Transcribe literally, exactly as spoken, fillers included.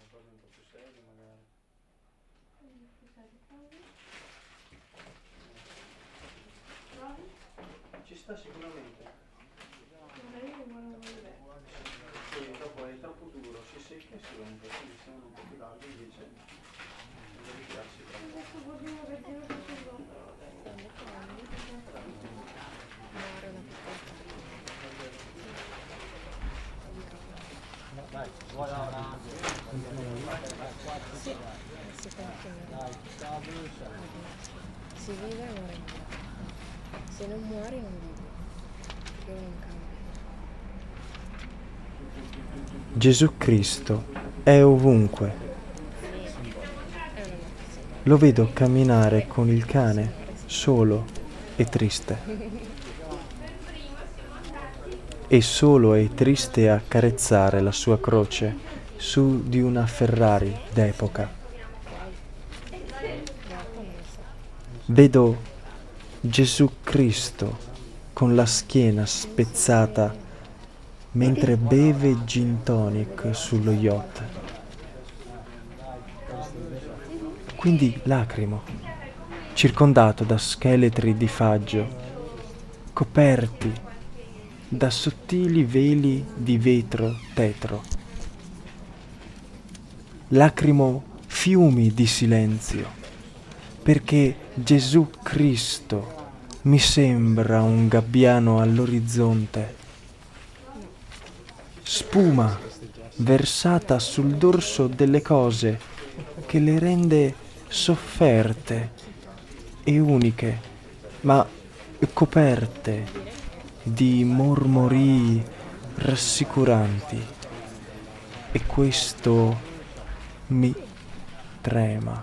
cose un po' più serie magari. Ci sta sicuramente. Sì, dopo è troppo duro, si secca e si rompe, quindi sembra un po' più largo invece non deve tirarsi troppo. Dai, vuoi una... Sì, si continua. Dai, ciao Brucia. Si vive e muore. Se non muori non vivi. Perché non cambia. Gesù Cristo è ovunque. È una mattina. Lo vedo camminare con il cane, solo e triste. E solo e triste a carezzare la sua croce su di una Ferrari d'epoca. Dopo non lo so. Vedo Gesù Cristo con la schiena spezzata mentre beve gin tonic sullo yacht. Quindi lacrimo, circondato da scheletri di faggio, coperti da sottili veli di vetro tetro. Lacrimo fiumi di silenzio, perché Gesù Cristo mi sembra un gabbiano all'orizzonte. Spuma versata sul dorso delle cose che le rende sofferte e uniche, ma coperte di mormorii rassicuranti. E questo mi trema.